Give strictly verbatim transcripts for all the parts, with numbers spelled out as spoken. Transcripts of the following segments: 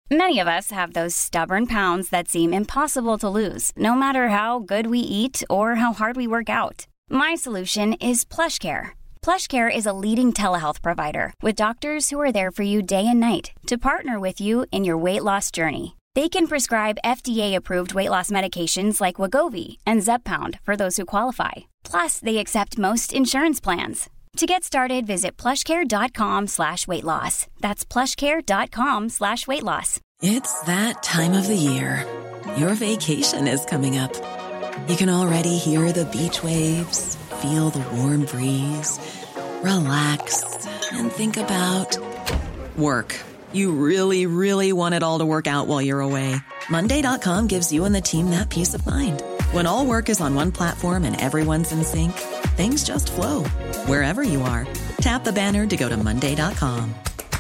Many of us have those stubborn pounds that seem impossible to lose, no matter how good we eat or how hard we work out. My solution is PlushCare. PlushCare is a leading telehealth provider with doctors who are there for you day and night to partner with you in your weight loss journey. They can prescribe F D A-approved weight loss medications like Wegovy and Zepbound for those who qualify. Plus, they accept most insurance plans. To get started, visit plushcare.com slash weight loss. That's plushcare.com slash weight loss. It's that time of the year. Your vacation is coming up. You can already hear the beach waves, feel the warm breeze, relax, and think about work. You really, really want it all to work out while you're away. Monday dot com gives you and the team that peace of mind. When all work is on one platform and everyone's in sync, things just flow. Wherever you are, tap the banner to go to monday dot com.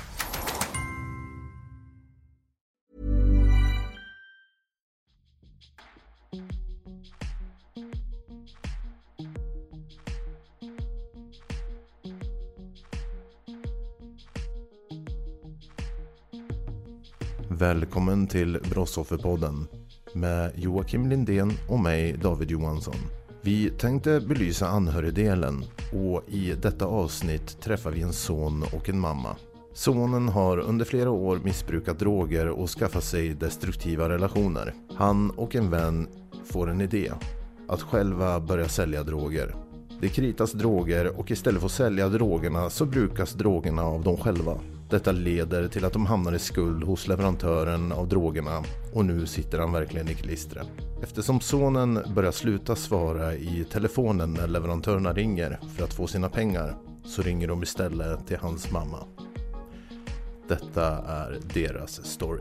Välkommen till Brottsofferpodden med Joakim Lindén och mig, David Johansson. Vi tänkte belysa anhörigdelen och i detta avsnitt träffar vi en son och en mamma. Sonen har under flera år missbrukat droger och skaffat sig destruktiva relationer. Han och en vän får en idé att själva börja sälja droger. Det kritas droger och istället för att sälja drogerna så brukas drogerna av dem själva. Detta leder till att de hamnar i skuld hos leverantören av drogerna och nu sitter han verkligen i klistret. Eftersom sonen börjar sluta svara i telefonen när leverantörerna ringer för att få sina pengar så ringer de istället till hans mamma. Detta är deras story.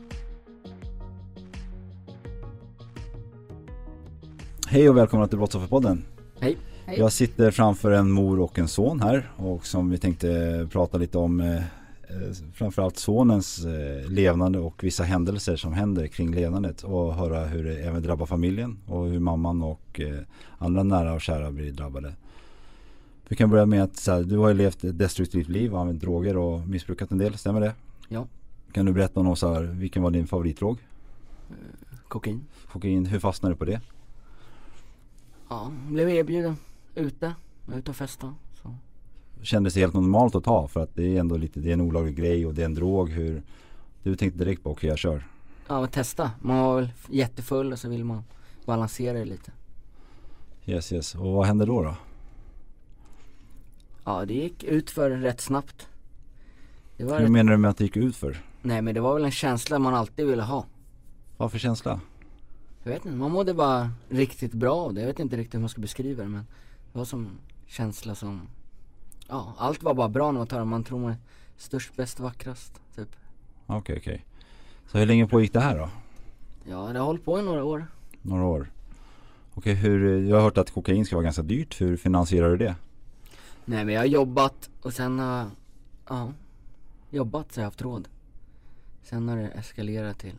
Hej och välkomna till Brottsofferpodden. Hej. Hej. Jag sitter framför en mor och en son här och som vi tänkte prata lite om eh, framförallt sonens eh, levnande och vissa händelser som händer kring levnadet och höra hur det även drabbar familjen och hur mamman och eh, andra nära och kära blir drabbade. Vi kan börja med att så här, du har ju levt ett destruktivt liv och använt droger och missbrukat en del, stämmer det? Ja. Kan du berätta om så här, vilken var din favoritdrog? Uh, kokain. Kokain, hur fastnade du på det? Ja, blev erbjuden ute, ute och festa. Så. Kändes det helt normalt att ta för att det är ändå lite, det är en olaglig grej och det är en drog. Hur, du tänkte direkt på okej, okay, jag kör. Ja, men testa. Man var väl jättefull och så vill man balansera det lite. Yes, yes. Och vad hände då då? Ja, det gick ut för rätt snabbt. Det var hur rätt... menar du med att det gick ut för? Nej, men det var väl en känsla man alltid ville ha. Vad för känsla? Jag vet inte, man mådde bara riktigt bra av det. Jag vet inte riktigt hur man ska beskriva det, men det var som känsla som... Ja, allt var bara bra när man tar det. Man tror man är störst, bäst, vackrast, typ. Okej, okay, okej. Okay. Så hur länge pågick det här då? Ja, det har hållit på i några år. Några år. Okej, okay, hur... Jag har hört att kokain ska vara ganska dyrt. Hur finansierar du det? Nej, men jag har jobbat och sen har... Ja, jobbat så jag har haft råd. Sen har det eskalerat till...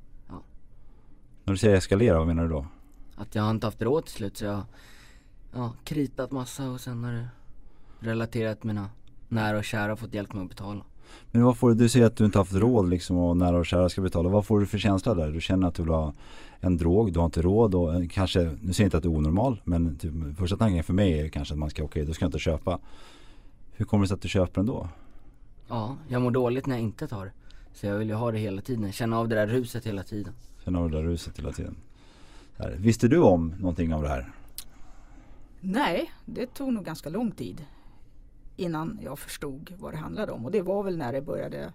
När du säger eskalera, vad menar du då? Att jag har inte haft råd till slut så jag har ja, kritat massa och sen har det relaterat mina nära och kära och fått hjälp med att betala. Men vad får du, du säger att du inte haft råd liksom och nära och kära ska betala. Vad får du för känsla där? Du känner att du vill ha en drog, du har inte råd och kanske, nu säger jag inte att du är onormal, men typ, första tanken för mig är kanske att man ska, okej, okay, då ska jag inte köpa. Hur kommer det sig att du köper den då? Ja, jag mår dåligt när jag inte tar det. Så jag vill ju ha det hela tiden, känna av det där ruset hela tiden. Känna av det där ruset hela tiden. Här. Visste du om någonting av det här? Nej, det tog nog ganska lång tid innan jag förstod vad det handlade om. Och det var väl när det började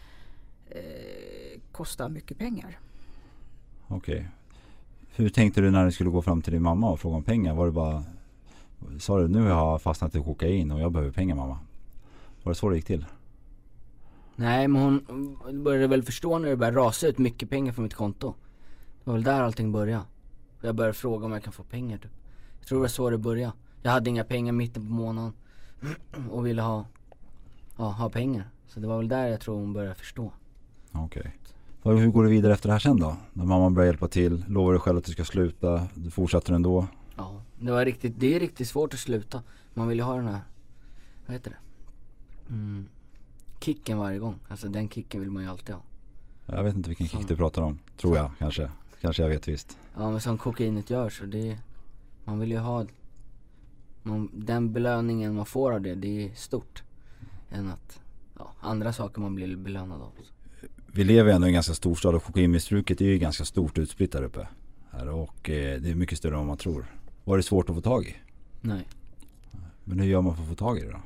eh, kosta mycket pengar. Okej. Okay. Hur tänkte du när du skulle gå fram till din mamma och fråga om pengar? Var det bara, sa du nu har jag fastnat i kokain och jag behöver pengar, mamma? Var det så det gick till? Nej, men hon började väl förstå när det började rasa ut mycket pengar från mitt konto. Det var väl där allting började. Jag började fråga om jag kan få pengar typ. Jag tror det var så det började. Jag hade inga pengar mitten på månaden och ville ha, ja, ha pengar. Så det var väl där jag tror hon började förstå. Okej. Okay. Hur går det vidare efter det här sen då? När mamman börjar hjälpa till, lovar du själv att du ska sluta, du fortsätter ändå? Ja, det var riktigt, det är riktigt svårt att sluta. Man vill ju ha den här, vad heter det? Mm, kicken varje gång. Alltså den kicken vill man ju alltid ha. Jag vet inte vilken kick du pratar om. Tror jag kanske. Kanske jag vet visst. Ja, men som kokainet gör så det, man vill ju ha man, den belöningen man får av det, det är stort. Än att ja, andra saker man blir belönad av. Vi lever ändå i en ganska stor stad och kokainmissbruket är ju ganska stort utspritt där uppe. Här, och eh, det är mycket större än vad man tror. Var det svårt att få tag i? Nej. Men hur gör man för att få tag i det då?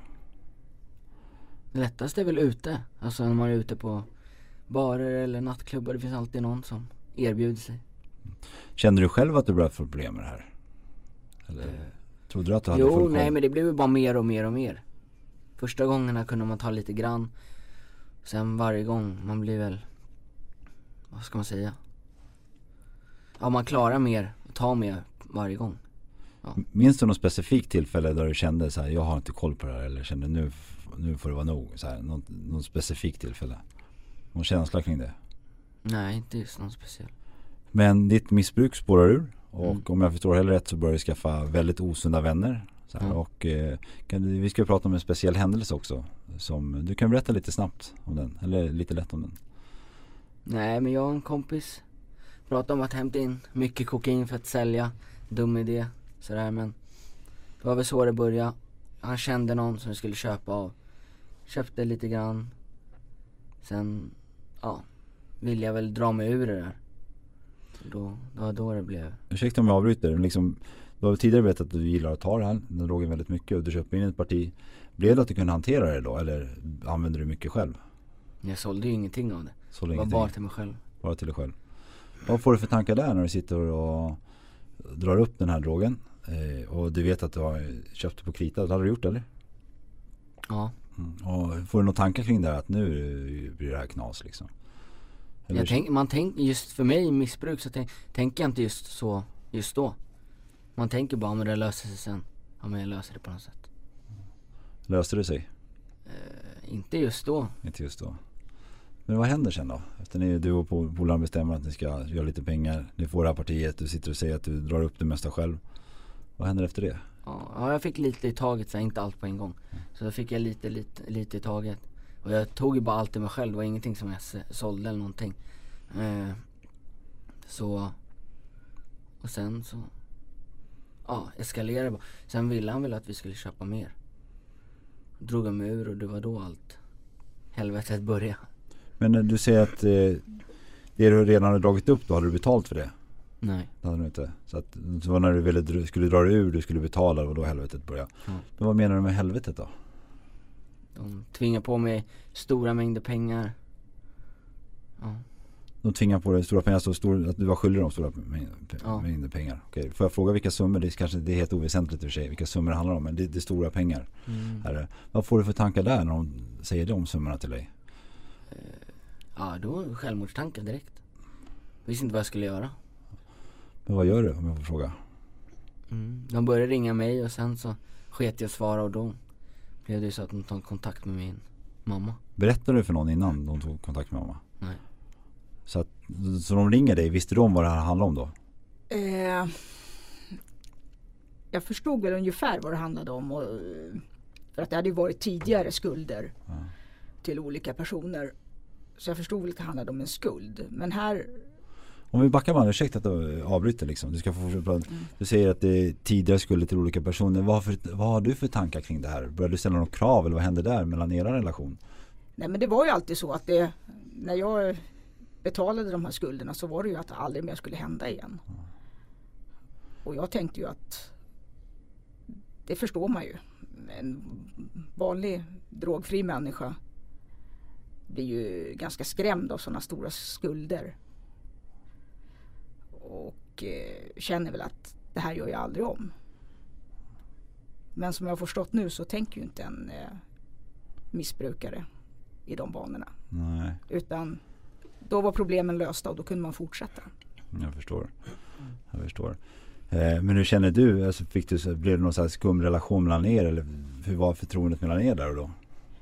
Det lättaste är väl ute. Alltså när man är ute på barer eller nattklubbar. Det finns alltid någon som erbjuder sig. Kände du själv att du började få problem med det här? Eller uh, trodde du att du hade jo, full koll? Nej, men det blev ju bara mer och mer och mer. Första gångerna kunde man ta lite grann. Sen varje gång man blir väl, vad ska man säga? Ja, man klarar mer och tar mer varje gång. Ja. Minns du något specifikt tillfälle där du kände så här, jag har inte koll på det här, eller kände nu, nu får det vara nog, så här, något, något specifikt tillfälle? Någon känsla kring det? Nej, inte just någon speciell. Men ditt missbruk spårar ur och mm. om jag förstår heller rätt så börjar du skaffa väldigt osunda vänner. Så här, mm. Och eh, kan du, vi ska prata om en speciell händelse också. Som, du kan berätta lite snabbt om den, eller lite lätt om den. Nej, men jag och en kompis pratade om att hämta in mycket kokain för att sälja. Dum idé, sådär, men det var väl så det började. Han kände någon som skulle köpa av. Köpte lite grann. Sen, ja, ville jag väl dra mig ur det där. Då, det var då det blev. Ursäkta om jag avbryter. Liksom, du har tidigare berättat att du gillar att ta det här. Den drogen väldigt mycket och du köper in ett parti. Blev det att du kunde hantera det då? Eller använder du mycket själv? Jag sålde ju ingenting av det. Sålde det var ingenting. bara till mig själv. Bara till dig själv. Vad får du för tankar där när du sitter och drar upp den här drogen? Eh, och du vet att du har köpt det på krita. Det hade du gjort, eller? Ja. Mm. Och får du några tankar kring det här att nu blir det här knas liksom? Jag tänk, man tänk, just för mig i missbruk så tänk, tänker jag inte just så just då. Man tänker bara, men det löser sig sen. Ja, men jag löser det på något sätt. Löste det sig? Eh, inte just då. Inte just då. Men vad händer sen då? Efter ni, du och polaren bestämmer att ni ska göra lite pengar. Ni får det här partiet. Du sitter och säger att du drar upp det mesta själv. Vad händer efter det? Ja, jag fick lite i taget, så inte allt på en gång. Så då fick jag lite, lite, lite i taget. Och jag tog ju bara allt i mig själv. Det var ingenting som jag sålde eller någonting. Eh, så... Och sen så... Ja, eskalerade bara. Sen ville han väl att vi skulle köpa mer. Drog han mig ur och det var då allt helvetet började. Men du säger att eh, det du redan hade dragit upp, då hade du betalt för det? Nej. Det hade du inte. Så att så var när du ville, skulle dra dig ur, du skulle betala och då helvetet började. Mm. Men vad menar du med helvetet då? De tvingar på mig stora mängder pengar. Ja. De tvingar på dig stora pengar, så stor, att du var skyldig dem stora mängder, ja. mängder pengar. Okej, får jag fråga vilka summor? Det är kanske det är helt oväsentligt i och för sig, vilka summor det handlar om, men det, det är stora pengar. Mm. Här, vad får du för tankar där när de säger de summorna till dig? Uh, ja, då självmordstankar direkt. Jag visste inte vad jag skulle göra. Men vad gör du om jag får fråga? Mm. De började ringa mig och sen så sket jag svara och då blev det så att de tog kontakt med min mamma. Berättade du för någon innan de tog kontakt med mamma? Nej. Så, att, så de ringer dig, visste du om vad det här handlade om då? Eh, jag förstod väl ungefär vad det handlade om. Och, för att det hade ju varit tidigare skulder ja. till olika personer. Så jag förstod väl att det handlade om en skuld. Men här... Om vi backar man, ursäkta att du avbryter liksom. Du ska få mm. Du säger att det är tidigare skulder till olika personer. Vad, för, vad har du för tankar kring det här? Började du ställa några krav eller vad hände där mellan era relation? Nej, men det var ju alltid så att det, när jag betalade de här skulderna så var det ju att det aldrig mer skulle hända igen. Mm. Och jag tänkte ju att det förstår man ju. En vanlig drogfri människa blir ju ganska skrämd av sådana stora skulder. Och eh, känner väl att det här gör jag aldrig om. Men som jag har förstått nu så tänker ju inte en eh, missbrukare i de banorna. Nej. Utan då var problemen lösta och då kunde man fortsätta. Jag förstår. Jag förstår. Eh, men hur känner du? Alltså, fick du, blev det någon sån här skum relation mellan er? Eller hur var förtroendet mellan er där och då?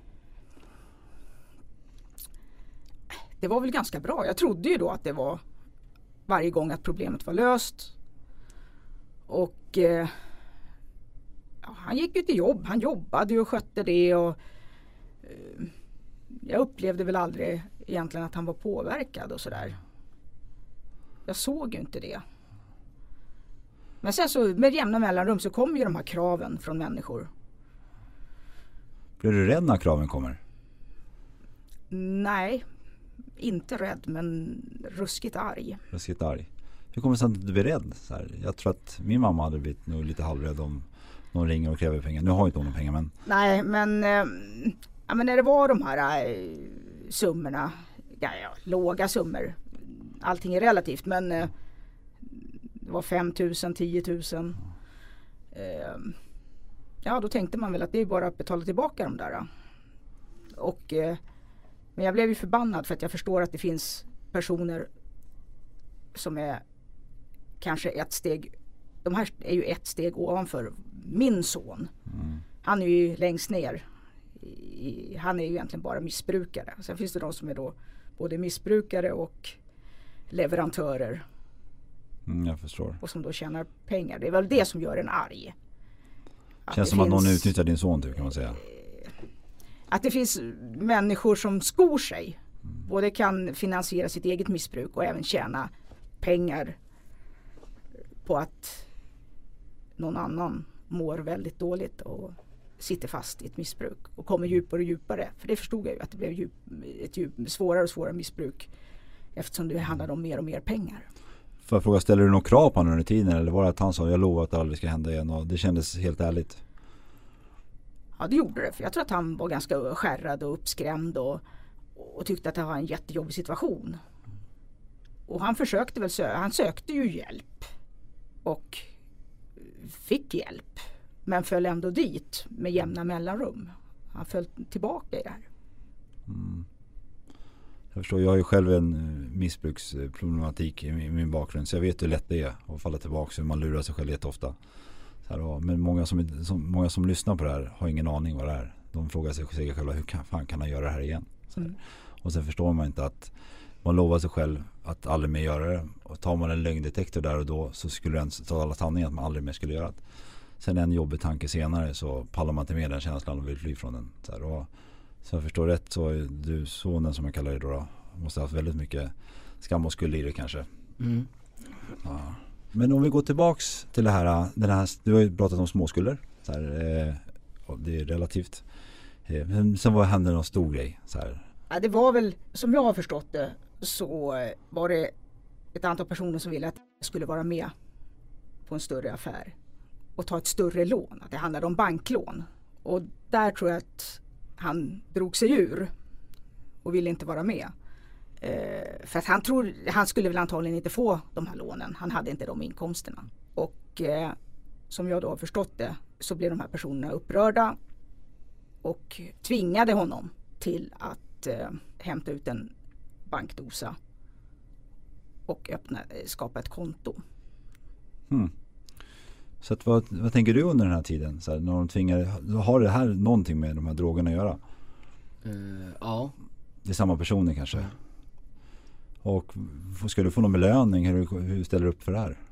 Det var väl ganska bra. Jag trodde ju då att det var varje gång att problemet var löst. Och eh, ja, han gick ju till jobb. Han jobbade och skötte det. Och, eh, jag upplevde väl aldrig egentligen att han var påverkad och sådär. Jag såg ju inte det. Men sen så med jämna mellanrum så kommer ju de här kraven från människor. Blir du rädd när kraven kommer? Nej, inte rädd men ruskigt arg. Ruskigt arg. Hur kommer det sig att du blir rädd? Så här, jag tror att min mamma hade blivit nog lite halvrädd om någon ringer och kräver pengar. Nu har inte hon någon pengar men... Nej, men, äh, ja, men när det var de här äh, summorna, ja, ja, låga summor. Allting är relativt men äh, det var fem tusen, tio tusen. Äh, ja, då tänkte man väl att det är bara att betala tillbaka de där. Och, äh, men jag blev ju förbannad för att jag förstår att det finns personer som är kanske ett steg, de här är ju ett steg ovanför min son. Mm. Han är ju längst ner. I, han är ju egentligen bara missbrukare. Sen finns det de som är då både missbrukare och leverantörer. Mm, jag förstår. Och som då tjänar pengar. Det är väl det som gör en arg. Att Känns som finns, att någon utnyttjar din son typ, kan man säga. Att det finns människor som skor sig. Mm. Både kan finansiera sitt eget missbruk och även tjäna pengar på att någon annan mår väldigt dåligt och sitter fast i ett missbruk och kommer djupare och djupare. För det förstod jag ju att det blev djup, ett djup, svårare och svårare missbruk eftersom det handlade om mer och mer pengar. För att fråga, ställer du någon krav på honom under tiden eller var det att han sa jag lovar att det aldrig ska hända igen och det kändes helt ärligt? Ja, det gjorde det. För jag tror att han var ganska skärrad och uppskrämd och, och tyckte att det var en jättejobbig situation. Och han försökte väl sö- han sökte ju hjälp och fick hjälp men föll ändå dit med jämna mellanrum. Han föll tillbaka i det här. Mm. Jag förstår, jag har ju själv en missbruksproblematik i min, i min bakgrund så jag vet hur lätt det är att falla tillbaka så man lurar sig själv jätteofta. Så här, men många som, som, många som lyssnar på det här har ingen aning vad det är. De frågar sig själva hur kan, fan kan han göra det här igen? Så här. Mm. Och sen förstår man inte att man lovar sig själv att aldrig mer göra det. Och tar man en lögndetektor där och då så skulle den ta alla sanningar att man aldrig mer skulle göra det. Sen en jobbig tanke senare så pallar man inte med den känslan och vill fly från den. Så, här, och, så jag förstår rätt så är du sonen som jag kallar det då, då måste ha haft väldigt mycket skam och skuld i det kanske. Mm. Ja. Men om vi går tillbaks till det här, den här du har ju pratat om småskulder. Så här, eh, det är relativt. Eh, men sen vad hände någon stor grej? Så här. Ja, det var väl, som jag har förstått det, så var det ett antal personer som ville att jag skulle vara med på en större affär och ta ett större lån. Att det handlade om banklån. Och där tror jag att han drog sig ur och ville inte vara med. Eh, för att han tror, han skulle väl antagligen inte få de här lånen. Han hade inte de inkomsterna. Och eh, som jag då har förstått det så blev de här personerna upprörda och tvingade honom till att eh, hämta ut en bankdosa och öppna, skapa ett konto. Hmm. Så att vad, vad tänker du under den här tiden? Så här, när de tvingar, har det här någonting med de här drogerna att göra? Uh, ja. Det är samma personer kanske? Mm. Och ska du få någon belöning? Hur, hur ställer du upp för det här?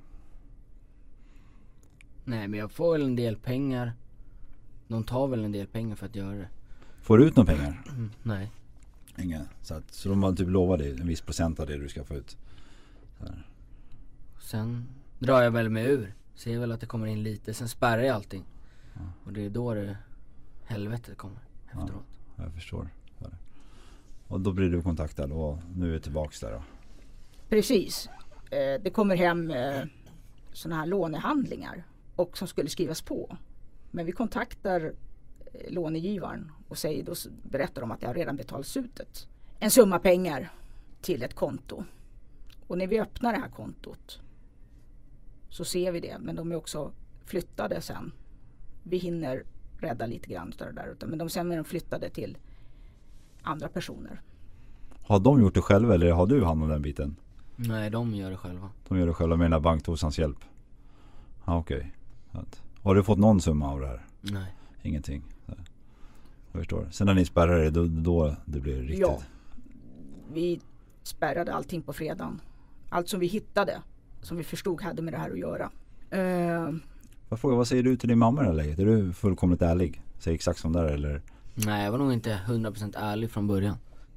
Nej, men jag får väl en del pengar. De tar väl en del pengar för att göra det. Får du ut några pengar? Mm, nej. Inga. Så, att, så de har typ lovat dig en viss procent av det du ska få ut. Så här. Sen drar jag väl mig ur. Ser väl att det kommer in lite. Sen spärrar jag allting. Ja. Och det är då det helvetet kommer efteråt. Ja, jag förstår. Och då blir du kontaktad och nu är vi tillbaka där då. Precis. Eh, det kommer hem eh, sådana här lånehandlingar och som skulle skrivas på. Men vi kontaktar eh, lånegivaren och säger, då berättar de att det har redan betalats ut ett, en summa pengar till ett konto. Och när vi öppnar det här kontot så ser vi det, men de är också flyttade sen. Vi hinner rädda lite grann av det där, men de sen är de flyttade till andra personer. Har de gjort det själva eller har du hand om den biten? Nej, de gör det själva. De gör det själva med den här bankdosans hjälp? Ja, okej. Okay. Har du fått någon summa av det här? Nej. Ingenting? Jag förstår. Sen när ni spärrar det, då, då det blir riktigt? Ja. Vi spärrade allting på fredagen. Allt som vi hittade, som vi förstod hade med det här att göra. Uh, jag frågar, vad säger du till din mamma i det här läget? Är du fullkomligt ärlig? Säg exakt som där eller? Nej, jag var nog inte hundra procent ärlig från början.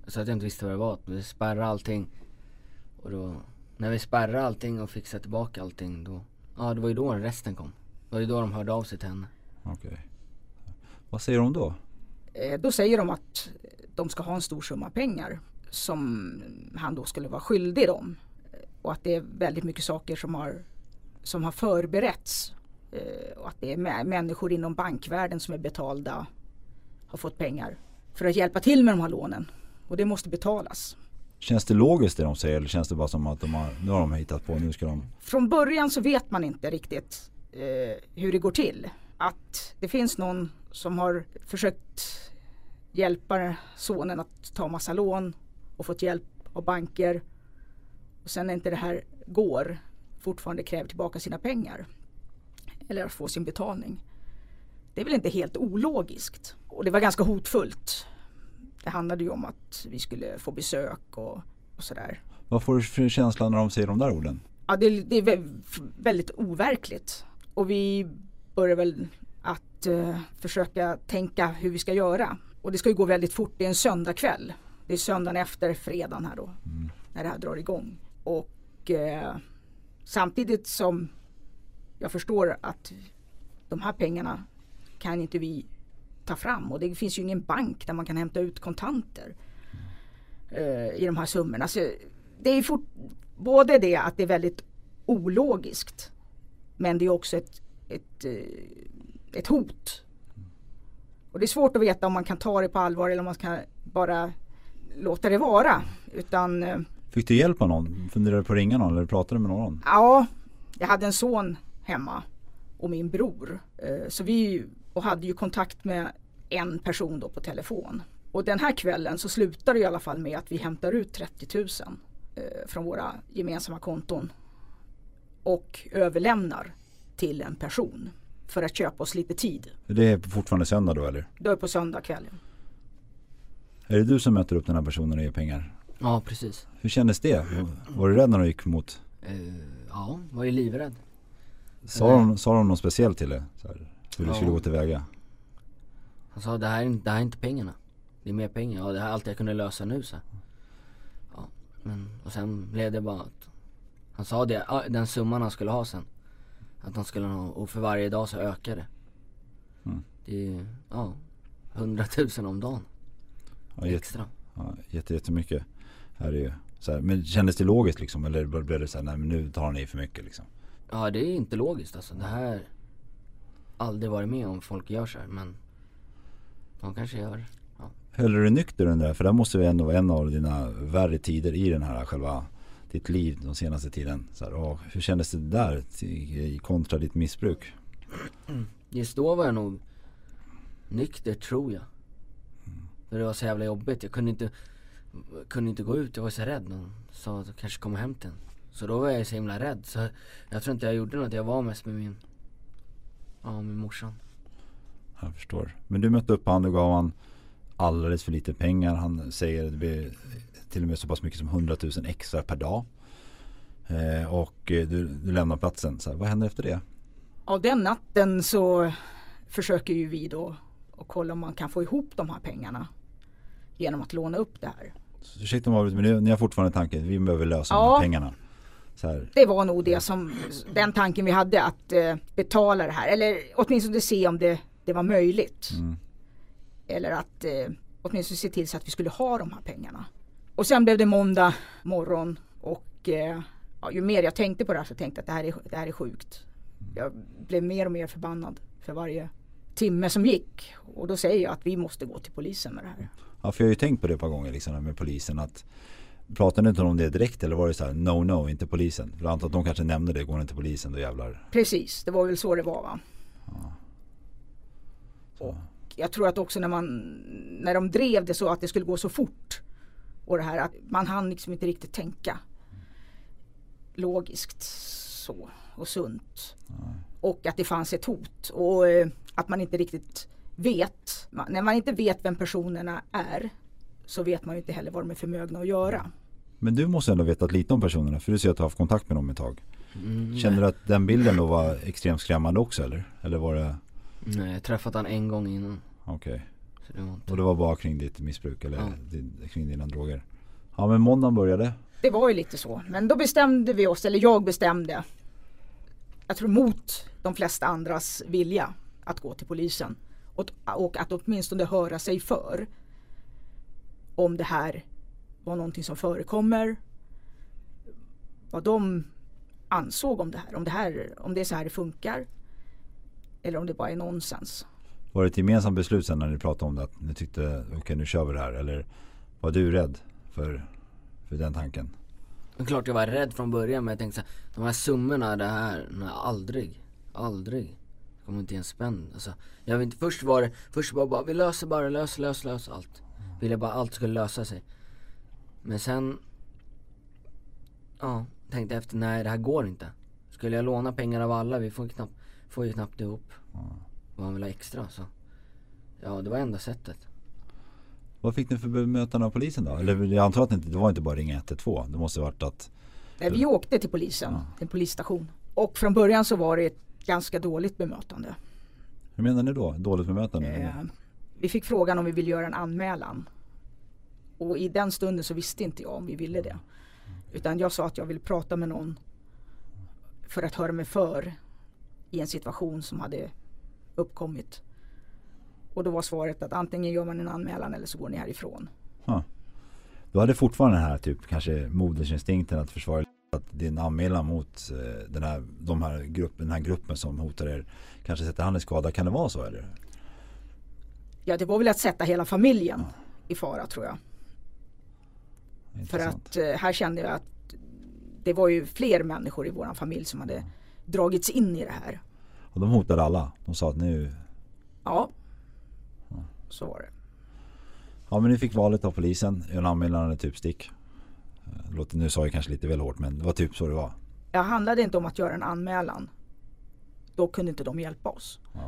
Så att jag inte visste vad det var. Vi spärrade allting. Och då, när vi spärrade allting och fixade tillbaka allting, då, ja, det var ju då resten kom. Det var ju då de hörde av sig till henne. Okej. Okay. Vad säger de då? Eh, då säger de att de ska ha en stor summa pengar som han då skulle vara skyldig dem. Och att det är väldigt mycket saker som har, som har förberetts. Eh, och att det är mä- människor inom bankvärlden som är betalda har fått pengar för att hjälpa till med de här lånen. Och det måste betalas. Känns det logiskt det de säger, eller känns det bara som att de har, nu har de hittat på, nu ska de... Från början så vet man inte riktigt eh, hur det går till. Att det finns någon som har försökt hjälpa sonen att ta massa lån och fått hjälp av banker. Och sen när inte det här går, fortfarande kräver tillbaka sina pengar. Eller att få sin betalning. Det är väl inte helt ologiskt. Och det var ganska hotfullt. Det handlade ju om att vi skulle få besök och, och sådär. Vad får du för känsla när de säger de där orden? Ja, det, det är väldigt overkligt. Och vi börjar väl att uh, försöka tänka hur vi ska göra. Och det ska ju gå väldigt fort. Det är en söndagkväll. Det är söndagen efter fredagen här då. Mm. När det här drar igång. Och uh, samtidigt som jag förstår att de här pengarna kan inte vi ta fram. Och det finns ju ingen bank där man kan hämta ut kontanter uh, i de här summorna. Så det är fort, både det att det är väldigt ologiskt, men det är också ett, ett, ett hot. Och det är svårt att veta om man kan ta det på allvar eller om man kan bara låta det vara. Utan, fick du hjälp av någon? Funderade du på att ringa någon eller pratade du med någon? Ja, jag hade en son hemma och min bror. Så vi och hade ju kontakt med en person då på telefon. Och den här kvällen så slutar det i alla fall med att vi hämtar ut trettio tusen från våra gemensamma konton och överlämnar till en person för att köpa oss lite tid. Det är fortfarande söndag då, eller? Det är på söndag kväll. Är det du som möter upp den här personen och ger pengar? Ja, precis. Hur kändes det? Var du rädd när du gick mot? Uh, ja, var ju livrädd. Sa de, sa de något speciellt till dig? Så här, hur du ja. skulle gå tillväga? Han sa, det här, är, det här är inte pengarna. Det är mer pengar. Ja, det här är allt jag kunde lösa nu, så. Ja, men, och sen blev det bara att han sa det, den summan han skulle ha sen. Att han skulle ha, och för varje dag så ökar det. Mm. Det är ja, hundratusen om dagen. Ja, extra. Ja, jätte, jättemycket. Här är ju så här, men kändes det logiskt liksom? Eller blev det så här, nej men nu tar ni för mycket liksom? Ja, det är inte logiskt alltså. Det här aldrig varit med om folk gör så här, men de kanske gör. Ja. Höll du nykter den där? För det måste ju ändå vara en av dina värre tider i den här själva ditt liv de senaste tiden. Så här, och hur kändes det där i kontra ditt missbruk? Just då var jag nog nykter, tror jag. Mm. För det var så jävla jobbigt. Jag kunde inte, kunde inte gå ut. Jag var så rädd. Någon sa att jag kanske kommer hem till en. Så då var jag så himla rädd. Så jag tror inte jag gjorde något. Jag var mest med min, ja, med morsan. Jag förstår. Men du mötte upp han och gav han alldeles för lite pengar. Han säger att det blir till och med så pass mycket som hundratusen extra per dag. Eh, och du, du lämnar platsen. Så här, vad händer efter det? Ja, den natten så försöker ju vi då att kolla om man kan få ihop de här pengarna genom att låna upp det här. Så, ursäkta mig, men ni har fortfarande tanken vi behöver lösa ja, de här pengarna. Så här. Det var nog det som, den tanken vi hade att eh, betala det här. Eller åtminstone se om det, det var möjligt. Mm. Eller att eh, åtminstone se till så att vi skulle ha de här pengarna. Och sen blev det måndag morgon och eh, ja, ju mer jag tänkte på det här så tänkte jag att det här är, det här är sjukt. Jag blev mer och mer förbannad för varje timme som gick. Och då säger jag att vi måste gå till polisen med det här. Ja, för jag har ju tänkt på det ett par gånger liksom, med polisen. Att pratade ni inte om det direkt eller var det så här, no, no, inte polisen? För jag antar att de kanske nämnde det, går inte till polisen, då jävlar. Precis, det var väl så det var, va? Ja. Och jag tror att också när man när de drev det så att det skulle gå så fort och det här att man hann liksom inte riktigt tänka logiskt så och sunt. Ja. Och att det fanns ett hot och eh, att man inte riktigt vet. Man, när man inte vet vem personerna är så vet man ju inte heller vad de är förmögna att göra. Men du måste ändå veta lite om personerna för du ser att du har haft kontakt med dem ett tag. Mm, Känner du att den bilden då var extremt skrämmande också eller? Eller var det... Nej, jag har träffat han en gång innan. Okej. Okay. Så det var inte... Och det var bara kring ditt missbruk eller Ja. din, kring dina droger. Ja, men måndagen började. Det var ju lite så. Men då bestämde vi oss, eller jag bestämde, jag tror mot de flesta andras vilja, att gå till polisen. Och, och att åtminstone höra sig för om det här var någonting som förekommer. Vad de ansåg om det här. Om det, här, om det är så här det funkar. Eller om det bara är nonsens. Var det ett gemensamt beslut sen när ni pratade om det? Att ni tyckte, okej okay, nu kör vi det här. Eller var du rädd för, för den tanken? Det är klart jag var rädd från början. Men jag tänkte så här, de här summorna, det här, nej, aldrig. Aldrig. Det kommer inte en spänn. Alltså, jag vet inte, först var det, först var det bara, vi löser bara, lös, lös, lös allt. Ville bara allt skulle lösa sig. Men sen, ja, tänkte efter, nej det här går inte. Skulle jag låna pengar av alla, vi får, knappt, får ju knappt ihop. Och han vill ha extra, så. Ja, det var enda sättet. Vad fick ni för bemötande av polisen då? Eller jag antar att det, inte, det var inte bara ringa ett ett två. Det måste ha varit att... Nej, vi åkte till polisen, Ja. till en polisstation. Och från början så var det ett ganska dåligt bemötande. Hur menar ni då? Dåligt bemötande? Eh, vi fick frågan om vi ville göra en anmälan. Och i den stunden så visste inte jag om vi ville det. Utan jag sa att jag ville prata med någon för att höra mig för i en situation som hade uppkommit. Och då var svaret att antingen gör man en anmälan eller så går ni härifrån. Ja. Du hade fortfarande den här typ kanske modersinstinkten att försvara att din anmälan mot eh, den här, de här grupp, den här gruppen som hotar er kanske sätter han i skada. Kan det vara så eller? Ja, det var väl att sätta hela familjen ja. i fara tror jag. Intressant. För att eh, här kände jag att det var ju fler människor i våran familj som hade dragits in i det här. Och de hotade alla. De sa att nu... Ja, ja. Så var det. Ja, men ni fick valet av polisen. En anmälan eller typ stick. Låter, nu sa jag kanske lite väl hårt, men det var typ så det var. Jag handlade inte om att göra en anmälan. Då kunde inte de hjälpa oss. Ja,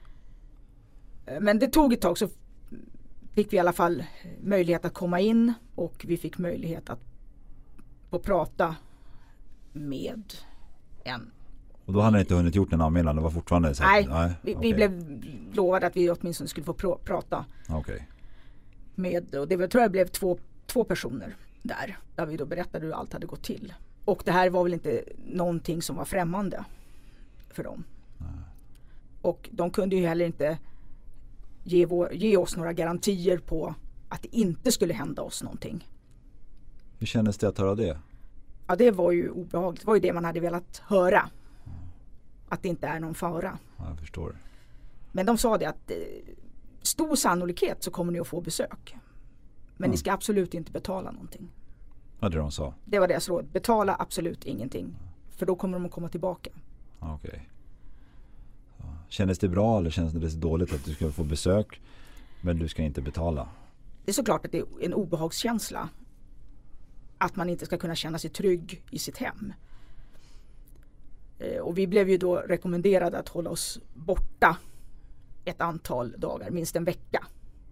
okay. Men det tog ett tag så fick vi i alla fall möjlighet att komma in. Och vi fick möjlighet att få prata med en. Och då hade ni inte hunnit gjort en anmälan? Det var fortfarande så här, nej, nej, vi, okay. vi blev lovade att vi åtminstone skulle få pr- prata. Okej. Okay. Med, och det var, tror jag blev två, två personer där. Där vi då berättade hur allt hade gått till. Och det här var väl inte någonting som var främmande för dem. Nej. Och de kunde ju heller inte ge, vår, ge oss några garantier på att det inte skulle hända oss någonting. Hur kändes det att höra det? Ja, det var ju obehagligt. Det var ju det man hade velat höra. Att det inte är någon fara. Ja, jag förstår. Men de sa det att eh, stor sannolikhet så kommer ni att få besök. Men mm. ni ska absolut inte betala någonting. Ja, det de sa. Det var deras råd. Betala absolut ingenting. För då kommer de att komma tillbaka. Ja, okej. Okay. Ja. Kändes det bra eller kändes det dåligt att du ska få besök men du ska inte betala? Det är såklart att det är en obehagskänsla. Att man inte ska kunna känna sig trygg i sitt hem. Eh, och vi blev ju då rekommenderade att hålla oss borta ett antal dagar, minst en vecka.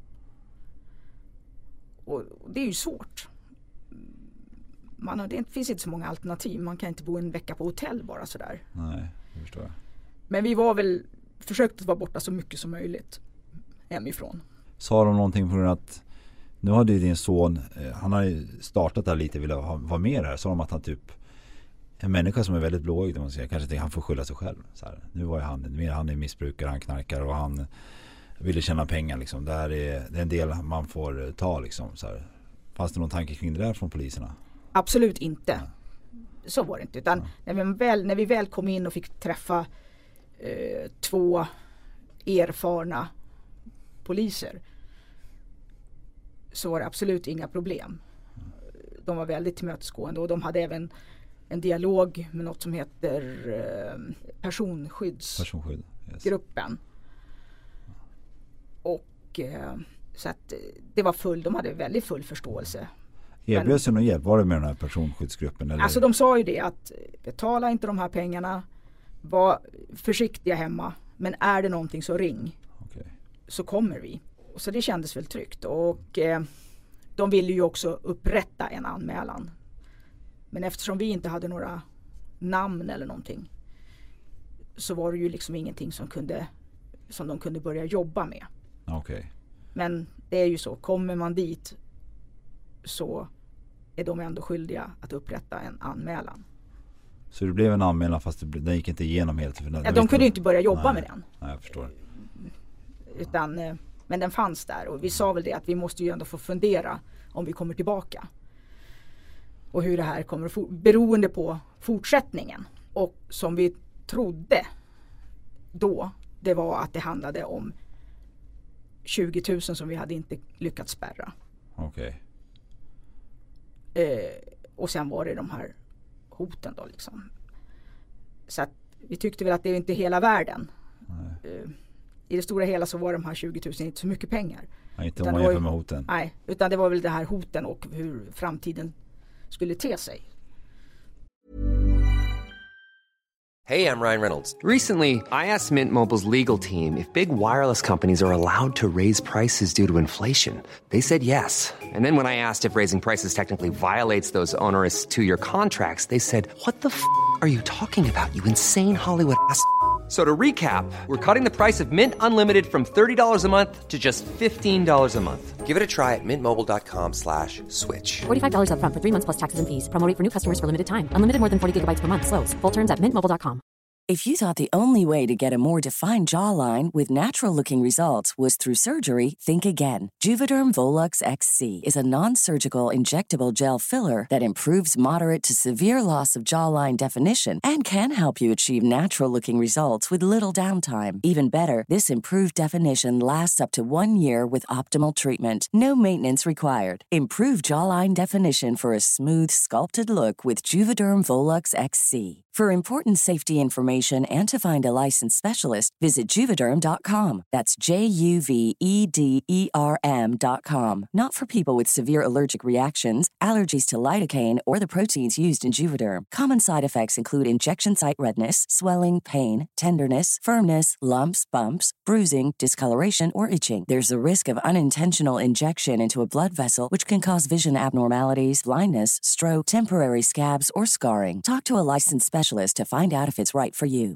Och, och det är ju svårt. Man har, det finns inte så många alternativ. Man kan inte bo en vecka på hotell bara sådär. Nej, det förstår jag. Men vi var väl, försökte vara borta så mycket som möjligt hemifrån. Sa de någonting på grund av att nu hade ju din son, han har ju startat där lite, ville ha, vara med här. Sa de att han typ, en människa som är väldigt blåögd, man säger, kanske han får skylla sig själv. Så här. Nu var ju han, han är missbrukare, han knarkar och han ville tjäna pengar liksom. Det här är, det är en del man får ta liksom. Så här. Fanns det någon tanke kring det där från poliserna? Absolut inte. Ja. Så var det inte. Utan ja. när, vi väl, när vi väl kom in och fick träffa eh, två erfarna poliser så var det absolut inga problem. De var väldigt tillmötesgående och de hade även en dialog med något som heter eh, personskyddsgruppen. Personskydd, yes. Och eh, så att det var full, de hade väldigt full förståelse. Erbjöds någon hjälp? Var det med den här personskyddsgruppen? Eller? Alltså de sa ju det att betala inte de här pengarna, var försiktiga hemma, men är det någonting så ring. Okay. Så kommer vi. Så det kändes väl tryggt. Och eh, de ville ju också upprätta en anmälan. Men eftersom vi inte hade några namn eller någonting så var det ju liksom ingenting som kunde som de kunde börja jobba med. Okej. Okay. Men det är ju så, kommer man dit så är de ändå skyldiga att upprätta en anmälan. Så det blev en anmälan fast det, den gick inte igenom helt? För ja, de kunde ju inte börja jobba nej, med den. Nej, jag förstår. Utan, men den fanns där och vi sa väl det att vi måste ju ändå få fundera om vi kommer tillbaka. Och hur det här kommer att for- beroende på fortsättningen. Och som vi trodde då, det var att det handlade om tjugo tusen som vi hade inte lyckats spärra. Okej. Eh, och sen var det de här hoten då liksom. Så att vi tyckte väl att det är inte hela världen. Eh, I det stora hela så var de här tjugo tusen inte så mycket pengar. Nej, inte om man jämför med hoten. Nej, utan det var väl det här hoten och hur framtiden skulle te sig. Hey, I'm Ryan Reynolds. Recently, I asked Mint Mobile's legal team if big wireless companies are allowed to raise prices due to inflation. They said yes. And then when I asked if raising prices technically violates those onerous two-year contracts, they said, "What the f*** are you talking about, you insane Hollywood ass?" So to recap, we're cutting the price of Mint Unlimited from thirty dollars a month to just fifteen dollars a month. Give it a try at mintmobile.com slash switch. forty-five dollars up front for three months plus taxes and fees. Promo rate for new customers for limited time. Unlimited more than forty gigabytes per month. Slows full terms at mint mobile dot com. If you thought the only way to get a more defined jawline with natural-looking results was through surgery, think again. Juvederm Volux X C is a non-surgical injectable gel filler that improves moderate to severe loss of jawline definition and can help you achieve natural-looking results with little downtime. Even better, this improved definition lasts up to one year with optimal treatment. No maintenance required. Improve jawline definition for a smooth, sculpted look with Juvederm Volux X C. For important safety information and to find a licensed specialist, visit juvederm dot com. That's J U V E D E R M dot com. Not for people with severe allergic reactions, allergies to lidocaine, or the proteins used in Juvederm. Common side effects include injection site redness, swelling, pain, tenderness, firmness, lumps, bumps, bruising, discoloration, or itching. There's a risk of unintentional injection into a blood vessel, which can cause vision abnormalities, blindness, stroke, temporary scabs, or scarring. Talk to a licensed specialist to find out if it's right for you.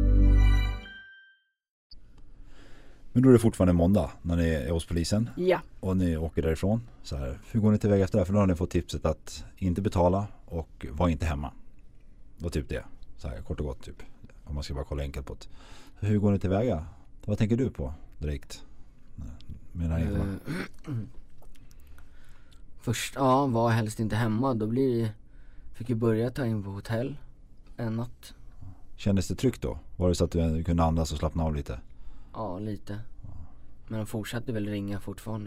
Men då är det fortfarande måndag när ni är hos polisen. Ja. Och ni åker därifrån. Så här, hur går ni tillväga efter det? För då har ni fått tipset att inte betala och var inte hemma. Det var typ det. Så här, kort och gott typ. Om man ska bara kolla enkelt på det. Hur går ni tillväga? Vad tänker du på direkt? Med den här informationen? Först, ja, var helst inte hemma. Då blir det, fick ju börja ta in på hotell en natt. Kändes det tryggt då? Var det så att du kunde andas och slappna av lite? Ja, lite. Men de fortsatte väl ringa fortfarande.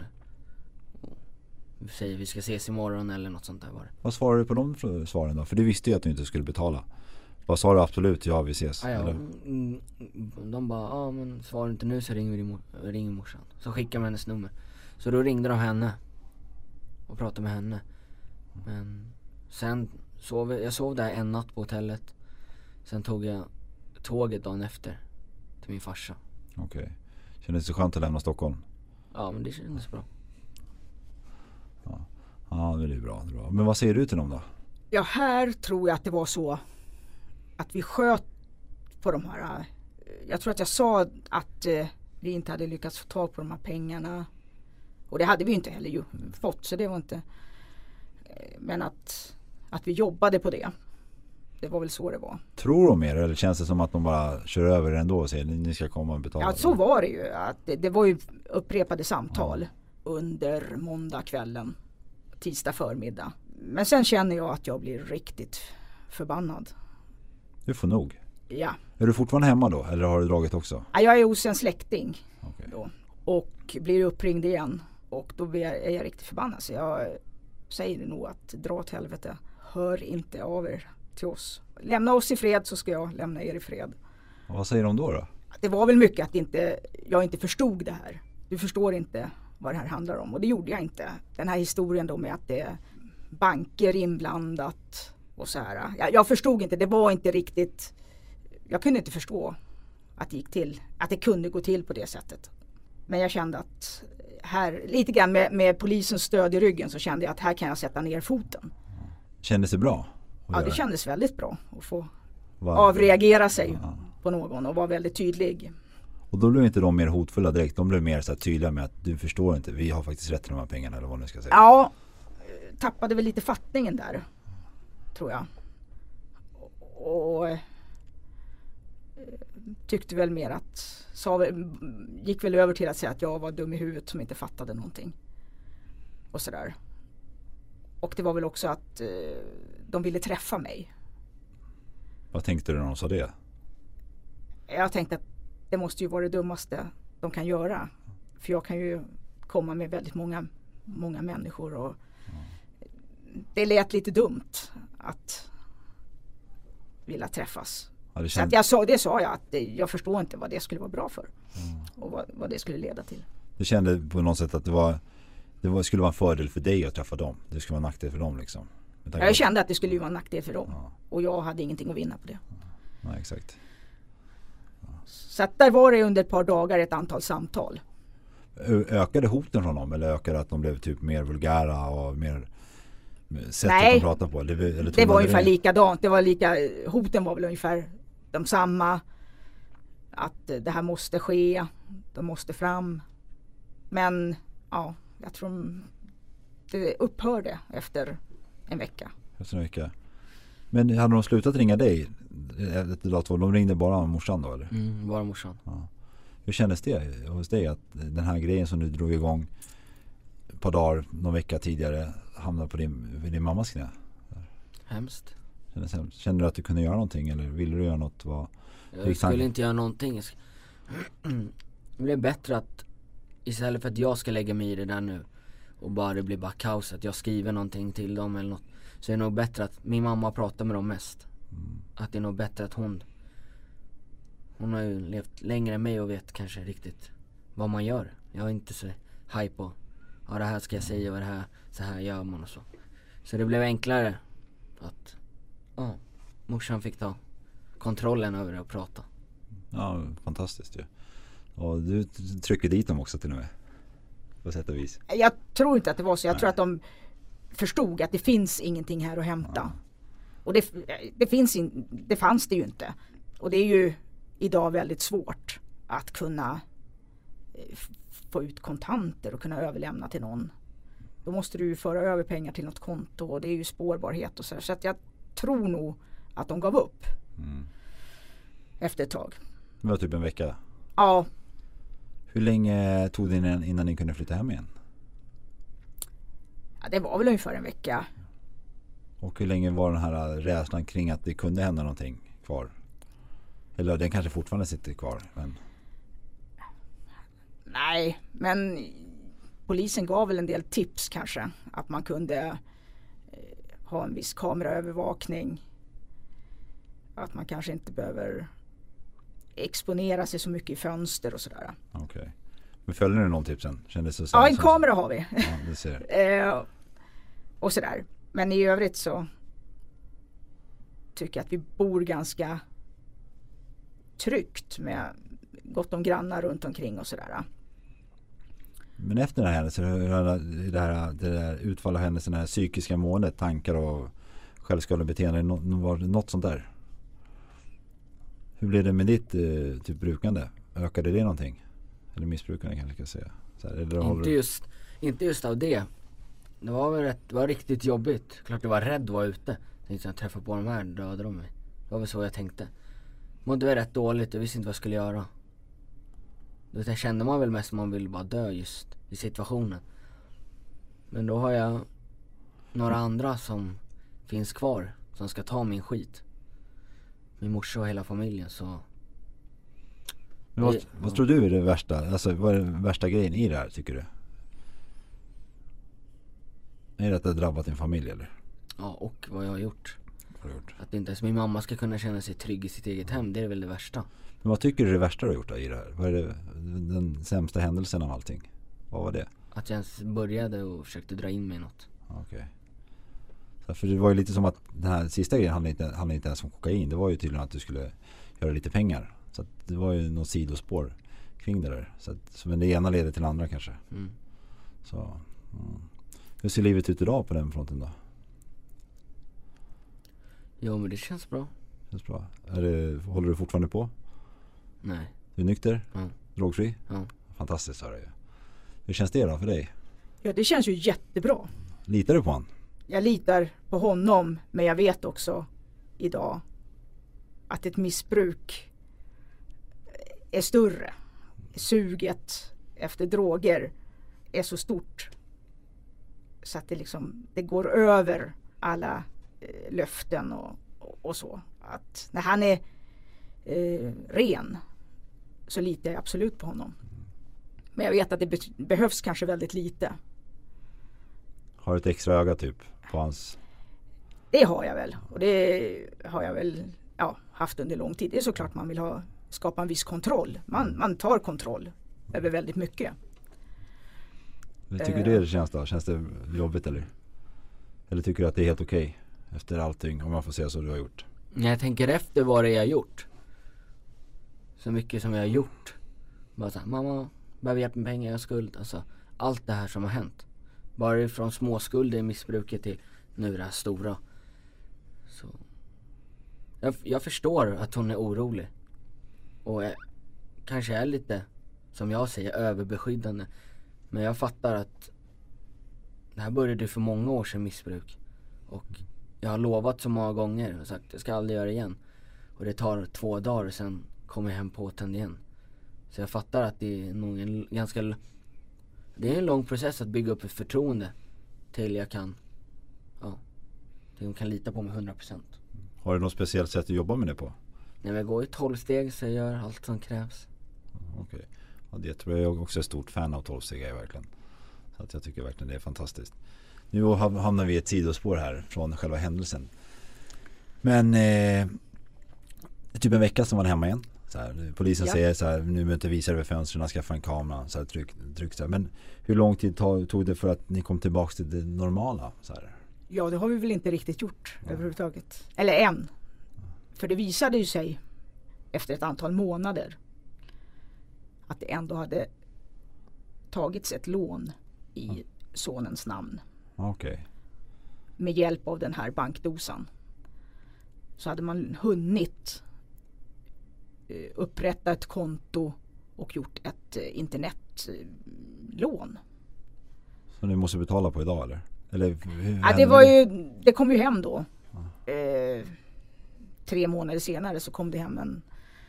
Vi säger vi ska ses imorgon eller något sånt där var det. Vad svarade du på de svaren då? För du visste ju att du inte skulle betala. Vad sa du? Absolut, ja vi ses. Ja, ja. Eller? Mm, de bara, ja men svarar inte nu så ringer vi din mor- ringer morsan. Så skickar man hennes nummer. Så då ringde de henne och pratade med henne. Men sen sov jag, jag sov där en natt på hotellet. Sen tog jag tåget dagen efter till min farsa. Okej. Okay. Kändes det skönt att lämna Stockholm? Ja, men det kändes bra. Ja, ja det är bra, det är bra. Men vad säger du till dem då? Ja, här tror jag att det var så att vi sköt på de här. Jag tror att jag sa att eh, vi inte hade lyckats få tag på de här pengarna. Och det hade vi inte heller ju fått, så det var inte. Eh, men att, att vi jobbade på det. Det var väl så det var. Tror de er eller känns det som att de bara kör över det ändå och säger ni ska komma och betala? Ja, så var det ju. Att det, det var ju upprepade samtal ja. Under måndag kvällen, tisdag förmiddag. Men sen känner jag att jag blir riktigt förbannad. Du får nog. Ja. Är du fortfarande hemma då eller har du dragit också? Ja, jag är hos en släkting okay. då. Och blir uppringd igen. Och då är jag, är jag riktigt förbannad. Så jag säger nog att dra åt helvete. Hör inte av er till oss. Lämna oss i fred så ska jag lämna er i fred. Och vad säger de då då? Det var väl mycket att inte, jag inte förstod det här. Du förstår inte vad det här handlar om. Och det gjorde jag inte. Den här historien då med att det är banker inblandat och så här. Jag, jag förstod inte, det var inte riktigt. Jag kunde inte förstå att det gick till, att det kunde gå till på det sättet. Men jag kände att här, lite grann med, med polisens stöd i ryggen så kände jag att här kan jag sätta ner foten. Kändes det bra? Ja, det kändes väldigt bra att få Var... avreagera sig ja. På någon och vara väldigt tydlig. Och då blev inte de mer hotfulla direkt. De blev mer så här tydliga med att du förstår inte. Vi har faktiskt rätt till de här pengarna eller vad nu ska säga. Ja, tappade väl lite fattningen där. Tror jag. Och, och tyckte väl mer att sa, gick väl över till att säga att jag var dum i huvudet som inte fattade någonting. Och sådär. Och det var väl också att eh, de ville träffa mig. Vad tänkte du när de sa det? Jag tänkte att det måste ju vara det dummaste de kan göra. För jag kan ju komma med väldigt många, många människor. Och mm. Det lät lite dumt att vilja träffas. Ja, det, känd... Så att jag sa, det sa jag att jag förstår inte vad det skulle vara bra för. Mm. Och vad, vad det skulle leda till. Du kände på något sätt att det var det var, skulle vara en fördel för dig att träffa dem. Det skulle vara en nackdel för dem liksom. Jag kände att det skulle vara en nackdel för dem. Ja. Och jag hade ingenting att vinna på det. Ja, exakt. Ja. Så att där var det under ett par dagar ett antal samtal. Ökade hoten från dem eller ökade att de blev typ mer vulgära och mer sätt Nej, att prata på? Eller, eller det var ungefär det? likadant. Det var lika, hoten var väl ungefär de samma. Att det här måste ske. De måste fram. Men ja, jag tror det upphörde efter en vecka. Efter en vecka. Men hade de slutat ringa dig? De ringde bara morsan då eller? Mm, bara morsan. Ja. Hur kändes det hos dig att den här grejen som du drog igång ett par dagar, någon vecka tidigare hamnade på din, din mammas knä? Hemskt. Kände, kände du att du kunde göra någonting eller ville du göra något? Vad, jag skulle inte göra någonting. Det blev bättre att istället för att jag ska lägga mig i det där nu och bara det blir bara kaos att jag skriver någonting till dem eller något, så är det nog bättre att min mamma pratar med dem mest. Mm. Att det är nog bättre att hon hon har ju levt längre än mig och vet kanske riktigt vad man gör. Jag är inte så hype på ja det här ska jag säga och det här så här gör man och så. Så det blev enklare att ja, morsan fick ta kontrollen över det och prata. Ja, fantastiskt ju. Ja. Och du trycker dit dem också till och med. På sätt och vis. Jag tror inte att det var så. Jag Nej. tror att de förstod att det finns ingenting här att hämta. Ja. Och det, det, finns in, det fanns det ju inte. Och det är ju idag väldigt svårt att kunna få ut kontanter och kunna överlämna till någon. Då måste du ju föra över pengar till något konto och det är ju spårbarhet och så. Så att jag tror nog att de gav upp mm. efter ett tag. Det var typ en vecka? Ja. Hur länge tog det innan, innan ni kunde flytta hem igen? Ja, det var väl ungefär en vecka. Och hur länge var den här rädslan kring att det kunde hända någonting kvar? Eller den kanske fortfarande sitter kvar? Men... Nej, men polisen gav väl en del tips kanske. Att man kunde eh, ha en viss kameraövervakning. Att man kanske inte behöver exponera sig så mycket i fönster och sådär. Okej. Okay. Men följde ni någon tipsen? Kändes det så ja, en kamera har vi. Ja, det ser. eh, och sådär. Men i övrigt så tycker jag att vi bor ganska tryggt med gott om grannar runt omkring och sådär. Men efter det här, det här, det där utfall av hennes här psykiska måendet, tankar och självskadebeteende, var det något sånt där? Hur blev det med ditt eh, typ brukande? Ökade det någonting? Eller missbrukande kanske ska säga. Så här, eller inte, just, inte just av det. Det var väl rätt, det var riktigt jobbigt. Klart jag var rädd att vara ute. Tänkte jag träffa på de här, dödade de mig. Det var väl så jag tänkte. Mådde väl rätt dåligt, jag visste inte vad jag skulle göra. Då kände man väl mest att man ville bara dö just i situationen. Men då har jag några andra som finns kvar som ska ta min skit. Min morsa och hela familjen, så... Men vad, det, vad tror du är det värsta? Alltså, vad är den värsta grejen i det här, tycker du? Är det att det har drabbat din familj, eller? Ja, och vad jag har gjort. Vad har du gjort? Att inte ens min mamma ska kunna känna sig trygg i sitt eget hem, det är väl det värsta. Men vad tycker du är det värsta du har gjort då, i det här? Vad är det, den sämsta händelsen av allting? Vad var det? Att jag ens började och försökte dra in mig i något. Okej. Okay. För det var ju lite som att den här sista grejen handlade inte, handlade inte ens om kokain. Det var ju tydligen att du skulle göra lite pengar. Så att det var ju något sidospår kring det där. Så att, så men det ena leder till det andra kanske. Mm. Så, mm. Hur ser livet ut idag på den fronten då? Jo, men det känns bra. Känns bra. Är det, håller du fortfarande på? Nej. Du är nykter? Mm. Drogfri? Ja. Fantastiskt, hör jag. Hur känns det då för dig? Ja, det känns ju jättebra. Litar du på honom? Jag litar på honom, men jag vet också idag att ett missbruk är större. Suget efter droger är så stort så att det liksom det går över alla eh, löften och, och, och så. Att när han är eh, ren så litar jag absolut på honom. Men jag vet att det be- behövs kanske väldigt lite. Har du ett extra öga typ på hans... Det har jag väl. Och det har jag väl ja, haft under lång tid. Det är såklart man vill ha, skapa en viss kontroll. Man, man tar kontroll över väldigt mycket. Hur tycker du det känns då? Känns det jobbigt eller? Eller tycker du att det är helt okej efter allting, om man får säga så du har gjort? När jag tänker efter vad det är jag har gjort. Så mycket som jag har gjort. Bara så här, mamma, behöver hjälp med pengar, jag har skuld. Alltså, allt det här som har hänt. Bara ifrån små skulder, missbruket till nu det här stora. Så jag, jag förstår att hon är orolig. Och jag, kanske är lite, som jag säger, överbeskyddande. Men jag fattar att det här började för många år sedan, missbruk. Och jag har lovat så många gånger och sagt att jag ska aldrig göra det igen. Och det tar två dagar och sen kommer jag hem påtänd igen. Så jag fattar att det är nog en ganska... Det är en lång process att bygga upp ett förtroende till jag kan... Ja, till de kan lita på mig hundra procent. Har du något speciellt sätt att jobba med det på? När jag går i tolv steg så jag gör allt som krävs. Okej. Okay. Ja, det tror jag också är stort fan av tolv steg verkligen. Så att jag tycker verkligen det är fantastiskt. Nu hamnar vi i ett sidospår här från själva händelsen. Men eh, typ en vecka som var hemma igen. Så här, polisen ja. säger så här, nu behöver inte visa över fönstren, skaffa en kamera, så här, tryck, tryck, så här. Men hur lång tid tog, tog det för att ni kom tillbaka till det normala? Så här? Ja, det har vi väl inte riktigt gjort ja. överhuvudtaget. Eller än. Ja. För det visade ju sig efter ett antal månader att det ändå hade tagits ett lån i ja. sonens namn. Okej. Okay. Med hjälp av den här bankdosan. Så hade man hunnit upprätta ett konto och gjort ett internetlån. Så ni måste betala på idag eller? Eller ja, det var ju, det kom ju hem då. Ja. Eh, tre månader senare så kom det hem en,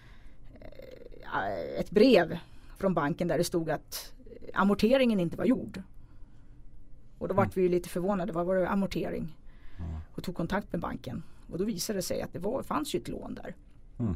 eh, ett brev från banken där det stod att amorteringen inte var gjord. Och då mm. var vi ju lite förvånade. Vad var det amortering? Ja. Och tog kontakt med banken. Och då visade det sig att det var, fanns ju ett lån där. Mm.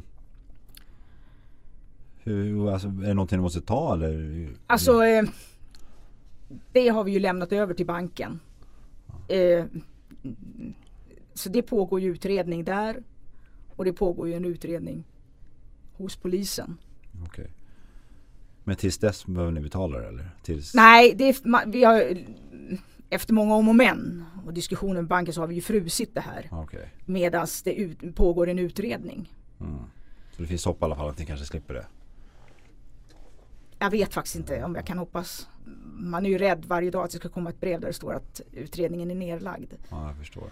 Hur, alltså, är det någonting du måste ta eller? Alltså eh, det har vi ju lämnat över till banken. Ja. Eh, så det pågår ju utredning där. Och det pågår ju en utredning hos polisen. Okej. Okay. Men tills dess behöver ni betala det eller? Tills... Nej, det är, vi har, efter många om och men och diskussioner med banken så har vi ju frusit det här. Okay. Medan det ut, pågår en utredning. Mm. Så det finns hopp i alla fall att ni kanske slipper det? Jag vet faktiskt inte om jag kan hoppas. Man är ju rädd varje dag att det ska komma ett brev där det står att utredningen är nerlagd. Ja, jag förstår.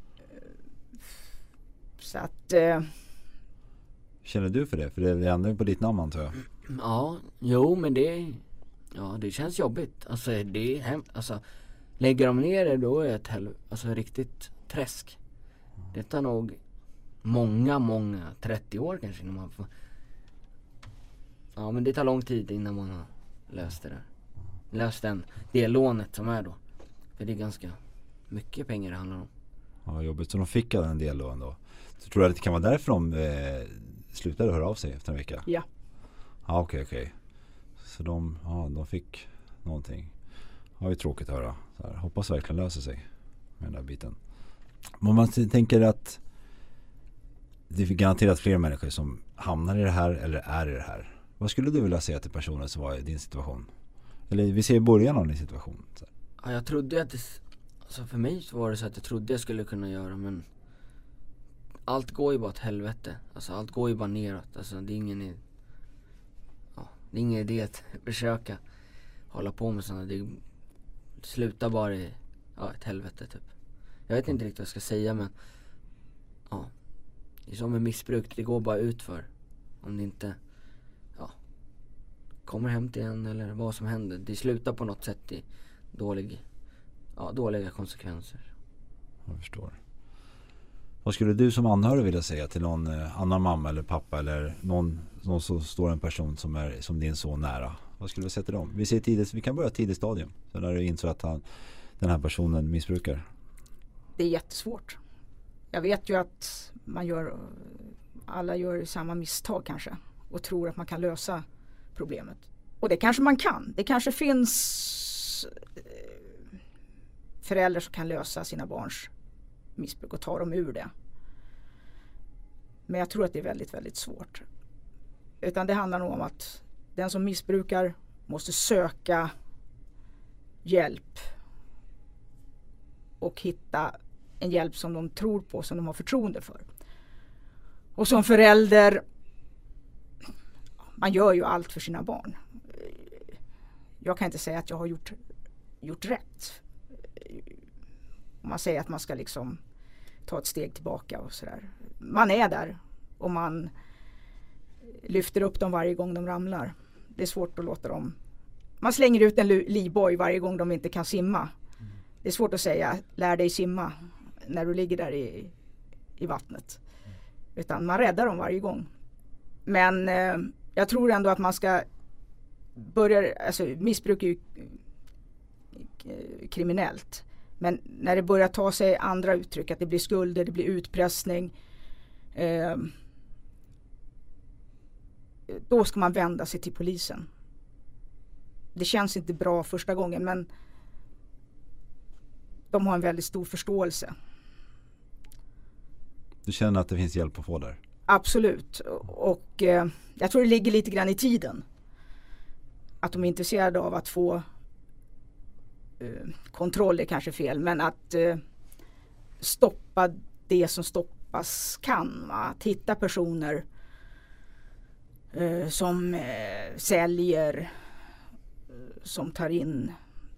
Så att... Eh... Känner du för det? För det är ändå på ditt namn antar jag. Ja, jo men det... Ja, det känns jobbigt. Alltså det är hem, alltså lägger de ner det då är det ett hel, alltså riktigt träsk. Det tar nog många, många, trettio år kanske innan man får... Ja, men det tar lång tid innan man har löst det där. Löst den, det lånet som är då. För det är ganska mycket pengar det handlar om. Ja, jobbigt. Så de fick en del lån då. Så tror jag att det kan vara därför de eh, slutade höra av sig efter en vecka? Ja. Ja, okej, okay, okej. Okay. Så de, ja, de fick någonting. Ja, det är tråkigt att höra. Så här, hoppas verkligen löser sig med den där biten. Men man tänker att det är garanterat fler människor som hamnar i det här eller är i det här. Vad skulle du vilja säga till personer som var i din situation? Eller vi ser början av din situation. Så. Ja, jag trodde att det, alltså för mig så var det så att jag trodde jag skulle kunna göra, men allt går ju bara åt helvete. Alltså allt går ju bara neråt. Alltså det är ingen, ja, det är ingen idé att försöka hålla på med sådana. Det slutar bara i ja, ett helvete typ. Jag vet inte riktigt vad jag ska säga, men ja, det är som med missbruk. Det går bara ut för om det inte, ja, kommer hem till en eller vad som händer. Det slutar på något sätt i dålig, ja, dåliga konsekvenser. Jag förstår. Vad skulle du som anhörig vilja säga till någon annan mamma eller pappa eller någon, någon som står en person som är som din son nära? Vad skulle du säga till dem? Vi, ser tidigt, vi kan börja tidigt stadium. Så när du inser att han, den här personen missbrukar. Det är jättesvårt. Jag vet ju att man gör, alla gör samma misstag kanske och tror att man kan lösa problemet. Och det kanske man kan. Det kanske finns föräldrar som kan lösa sina barns missbruk och ta dem ur det. Men jag tror att det är väldigt, väldigt svårt. Utan det handlar nog om att den som missbrukar måste söka hjälp och hitta en hjälp som de tror på, som de har förtroende för. Och som förälder, man gör ju allt för sina barn. Jag kan inte säga att jag har gjort, gjort rätt. Om man säger att man ska liksom ta ett steg tillbaka och sådär. Man är där och man lyfter upp dem varje gång de ramlar. Det är svårt att låta dem. Man slänger ut en livboj varje gång de inte kan simma. Det är svårt att säga, lär dig simma när du ligger där i, i vattnet. Utan man räddar dem varje gång. Men eh, jag tror ändå att man ska börja, alltså missbruk är ju kriminellt. Men när det börjar ta sig andra uttryck, att det blir skulder, det blir utpressning, eh, då ska man vända sig till polisen. Det känns inte bra första gången, men de har en väldigt stor förståelse. Du känner att det finns hjälp att få där? Absolut. Och eh, jag tror det ligger lite grann i tiden. Att de är intresserade av att få eh, kontroll är kanske fel, men att eh, stoppa det som stoppas kan. Va? Att hitta personer eh, som eh, säljer, eh, som tar in.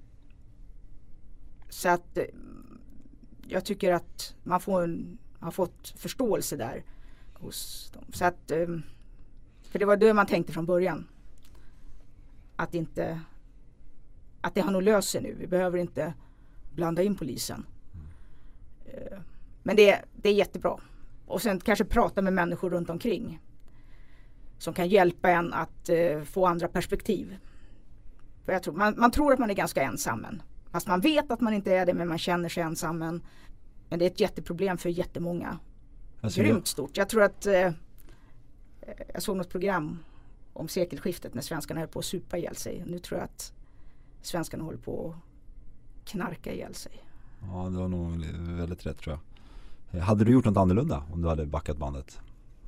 Så att eh, jag tycker att man får en, har fått förståelse där hos dem. Så att, eh, för det var det man tänkte från början. Att inte, att det har nog löst sig nu. Vi behöver inte blanda in polisen. Mm. Men det, det är jättebra. Och sen kanske prata med människor runt omkring. Som kan hjälpa en att uh, få andra perspektiv. För jag tror, man, man tror att man är ganska ensam. Fast man vet att man inte är det, men man känner sig ensam. Men det är ett jätteproblem för jättemånga. Alltså, grymt stort. Jag tror att uh, jag såg något program om sekelskiftet när svenskarna höll på att supa ihjäl sig. Nu tror jag att svenskarna håller på att knarka ihjäl sig. Ja, det var nog väldigt rätt, tror jag. Hade du gjort något annorlunda om du hade backat bandet?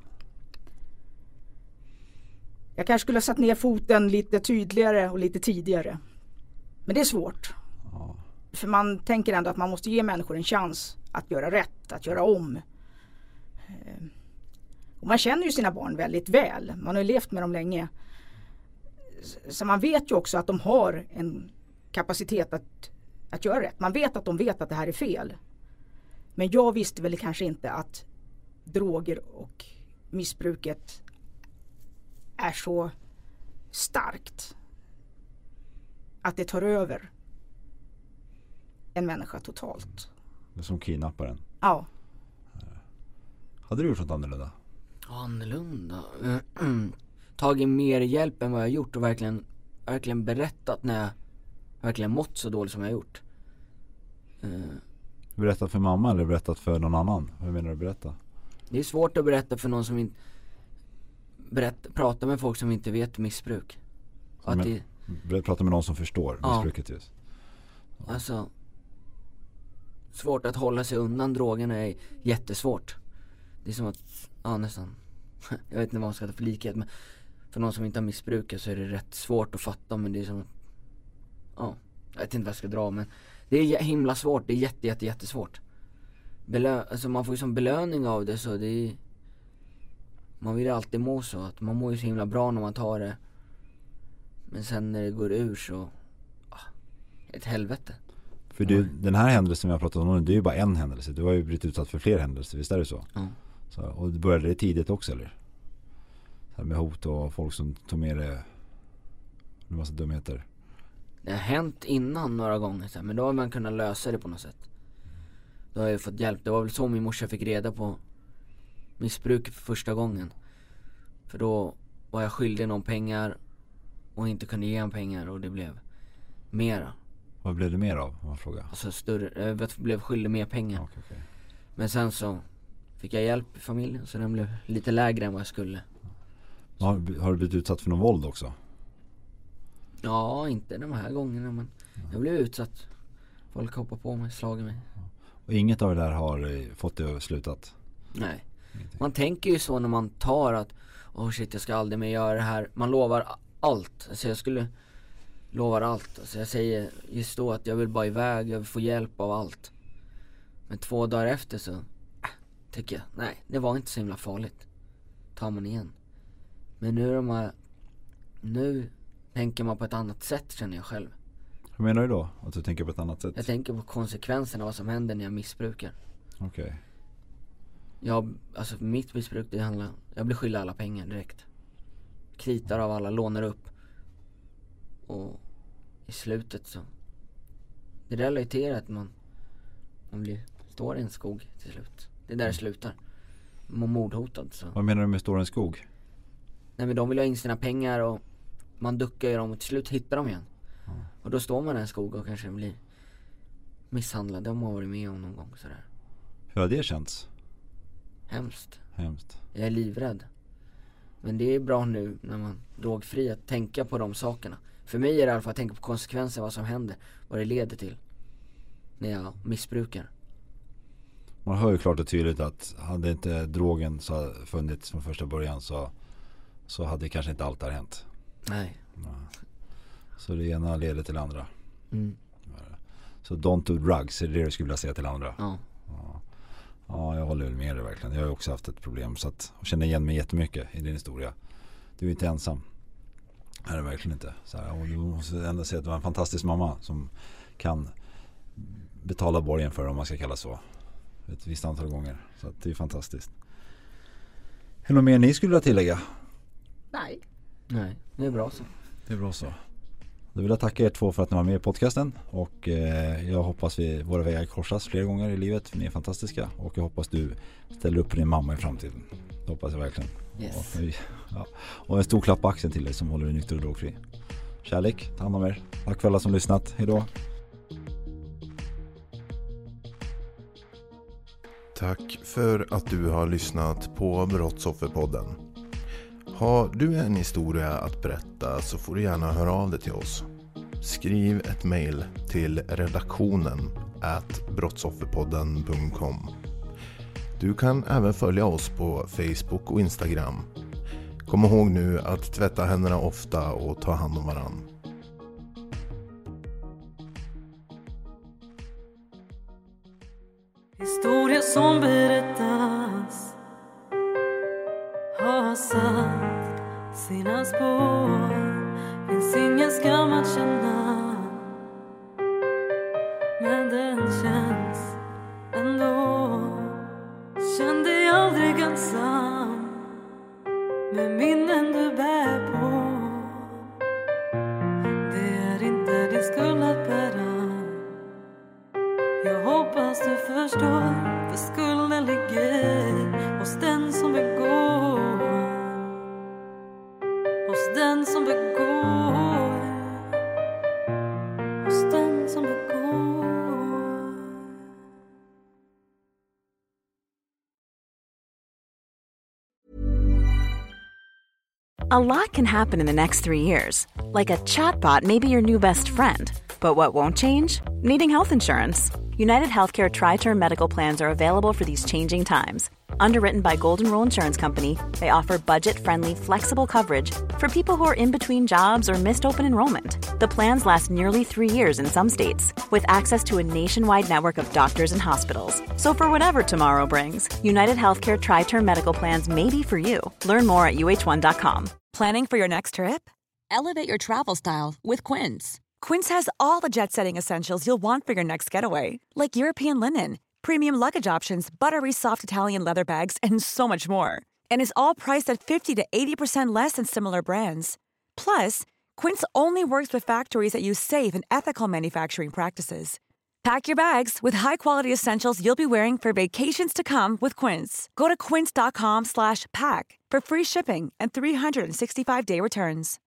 Jag kanske skulle ha satt ner foten lite tydligare och lite tidigare. Men det är svårt. Ja. För man tänker ändå att man måste ge människor en chans att göra rätt, att göra om. Och man känner ju sina barn väldigt väl. Man har ju levt med dem länge. Så man vet ju också att de har en kapacitet att, att göra rätt. Man vet att de vet att det här är fel. Men jag visste väl kanske inte att droger och missbruket är så starkt att det tar över en människa totalt. Det är som kidnapparen. Ja. Hade du gjort något annorlunda? Annorlunda? Tagit mer hjälp än vad jag gjort och verkligen, verkligen berättat när jag verkligen mått så dåligt som jag gjort. Uh, berättat för mamma eller berättat för någon annan? Vad menar du berätta? Det är svårt att berätta för någon som inte berätta, prata med folk som inte vet missbruk. Att men, det, prata med någon som förstår ja. Missbruket just. Ja. Alltså svårt att hålla sig undan drogerna är jättesvårt. Det är som att, ja nästan, jag vet inte vad man ska ta för likhet, men för någon som inte har missbrukat så är det rätt svårt att fatta, men det är som att, ja, jag vet inte vad jag ska dra, men det är himla svårt, det är jätte, jätte, jättesvårt. Belö- alltså man får ju som belöning av det, så det är, man vill alltid må så, att man mår ju så himla bra när man tar det, men sen när det går ur så, ah, ett helvete. För du, den här händelsen vi har pratat om, det är ju bara en händelse. Du har ju blivit utsatt för fler händelser, visst är det så? Mm. Så och det började det tidigt också, eller? Så här med hot och folk som tog med det Det var så dumheter. Det har hänt innan några gånger så här, men då har man kunnat lösa det på något sätt. Då har jag fått hjälp. Det var väl så min morsa fick reda på missbruket för första gången. För då var jag skyldig någon pengar och inte kunde ge en pengar, och det blev mera. Vad blev det mer av? Man frågar. Alltså större, jag blev skyldig mer pengar. Okay, okay. Men sen så fick jag hjälp i familjen, så den blev lite lägre än vad jag skulle. Har, har du blivit utsatt för någon våld också? Ja, inte de här gångerna, men jag blev utsatt. Folk hoppar på mig, slager mig. Och inget av det där har fått det slutat? Nej. Ingenting. Man tänker ju så när man tar att åh oh shit, jag ska aldrig mer göra det här. Man lovar allt. Alltså jag skulle lova allt. Alltså jag säger just då att jag vill bara iväg, jag vill få hjälp av allt. Men två dagar efter så äh, tycker jag, nej, det var inte så himla farligt. Tar man igen. Men nu är de här, nu tänker man på ett annat sätt, känner jag själv. Hur menar du då? Att du tänker på ett annat sätt? Jag tänker på konsekvenserna av vad som händer när jag missbrukar. Okej. Okay. Jag, alltså mitt missbruk, det handlar, jag blir skyldig alla pengar direkt. Kritar av alla, lånar upp. Och i slutet så det relaterar att man man blir, står i en skog till slut. Det är där det slutar. Man mordhotad så. Vad menar du med står i en skog? Nej, men de vill ha in sina pengar och man duckar i dem och till slut hittar de igen. Mm. Och då står man i en skog och kanske blir misshandlad. De har varit med om någon gång sådär. Hur har det känts? Hemskt. Hemskt. Jag är livrädd. Men det är bra nu när man är drogfri att tänka på de sakerna. För mig är det i alla fall att tänka på konsekvenser, vad som händer, vad det leder till när jag missbrukar. Man hör ju klart och tydligt att hade inte drogen så funnits från första början så, så hade kanske inte allt det här hänt. Nej. Ja. Så det ena leder till andra. Mm. Så don't do drugs, är det det du skulle vilja säga till andra? Ja. Ja. Ja, jag håller väl med dig verkligen. Jag har också haft ett problem så att jag känner igen mig jättemycket i din historia. Du är inte ensam. Nej, det är verkligen inte. Så här, och du måste ändå säga att du var en fantastisk mamma som kan betala borgen för, om man ska kalla så, ett visst antal gånger. Så att det är fantastiskt. Är det något mer ni skulle vilja tillägga? Nej. Nej, det är bra så. Det är bra så. Då vill jag tacka er två för att ni var med i podcasten. Och eh, jag hoppas vi våra vägar korsas fler gånger i livet. För ni är fantastiska. Och jag hoppas du ställer upp för din mamma i framtiden. Det hoppas jag verkligen. Yes. Och, ja. Och en stor klapp på axeln till dig som håller dig nykter och drogfri. Kärlek, ta hand om er. Tack för alla som lyssnat. Hej då. Tack för att du har lyssnat på Brottsofferpodden. Har du en historia att berätta så får du gärna höra av dig till oss. Skriv ett mejl till redaktionen at brottsofferpodden punkt com. Du kan även följa oss på Facebook och Instagram. Kom ihåg nu att tvätta händerna ofta och ta hand om varann. Historia som berättas har satt sina spår. Finns ingen skam att känna, men den känns ändå. Känn dig aldrig ensam med minnen du bär på. Det är inte din skuld att bära. Jag hoppas du förstår, för skulden ligger hos den som begår. Hos den som begår. Hos den som begår. A lot can happen in the next three years. Like a chatbot may be your new best friend. But what won't change? Needing health insurance. United Healthcare Tri-Term Medical Plans are available for these changing times. Underwritten by Golden Rule Insurance Company, they offer budget-friendly, flexible coverage for people who are in between jobs or missed open enrollment. The plans last nearly three years in some states, with access to a nationwide network of doctors and hospitals. So for whatever tomorrow brings, United Healthcare Tri-Term Medical Plans may be for you. Learn more at U H one dot com. Planning for your next trip? Elevate your travel style with Quince. Quince has all the jet-setting essentials you'll want for your next getaway, like European linen, premium luggage options, buttery soft Italian leather bags, and so much more. And is all priced at fifty to eighty percent less than similar brands. Plus, Quince only works with factories that use safe and ethical manufacturing practices. Pack your bags with high-quality essentials you'll be wearing for vacations to come with Quince. Go to quince dot com slash pack for free shipping and three sixty-five day returns.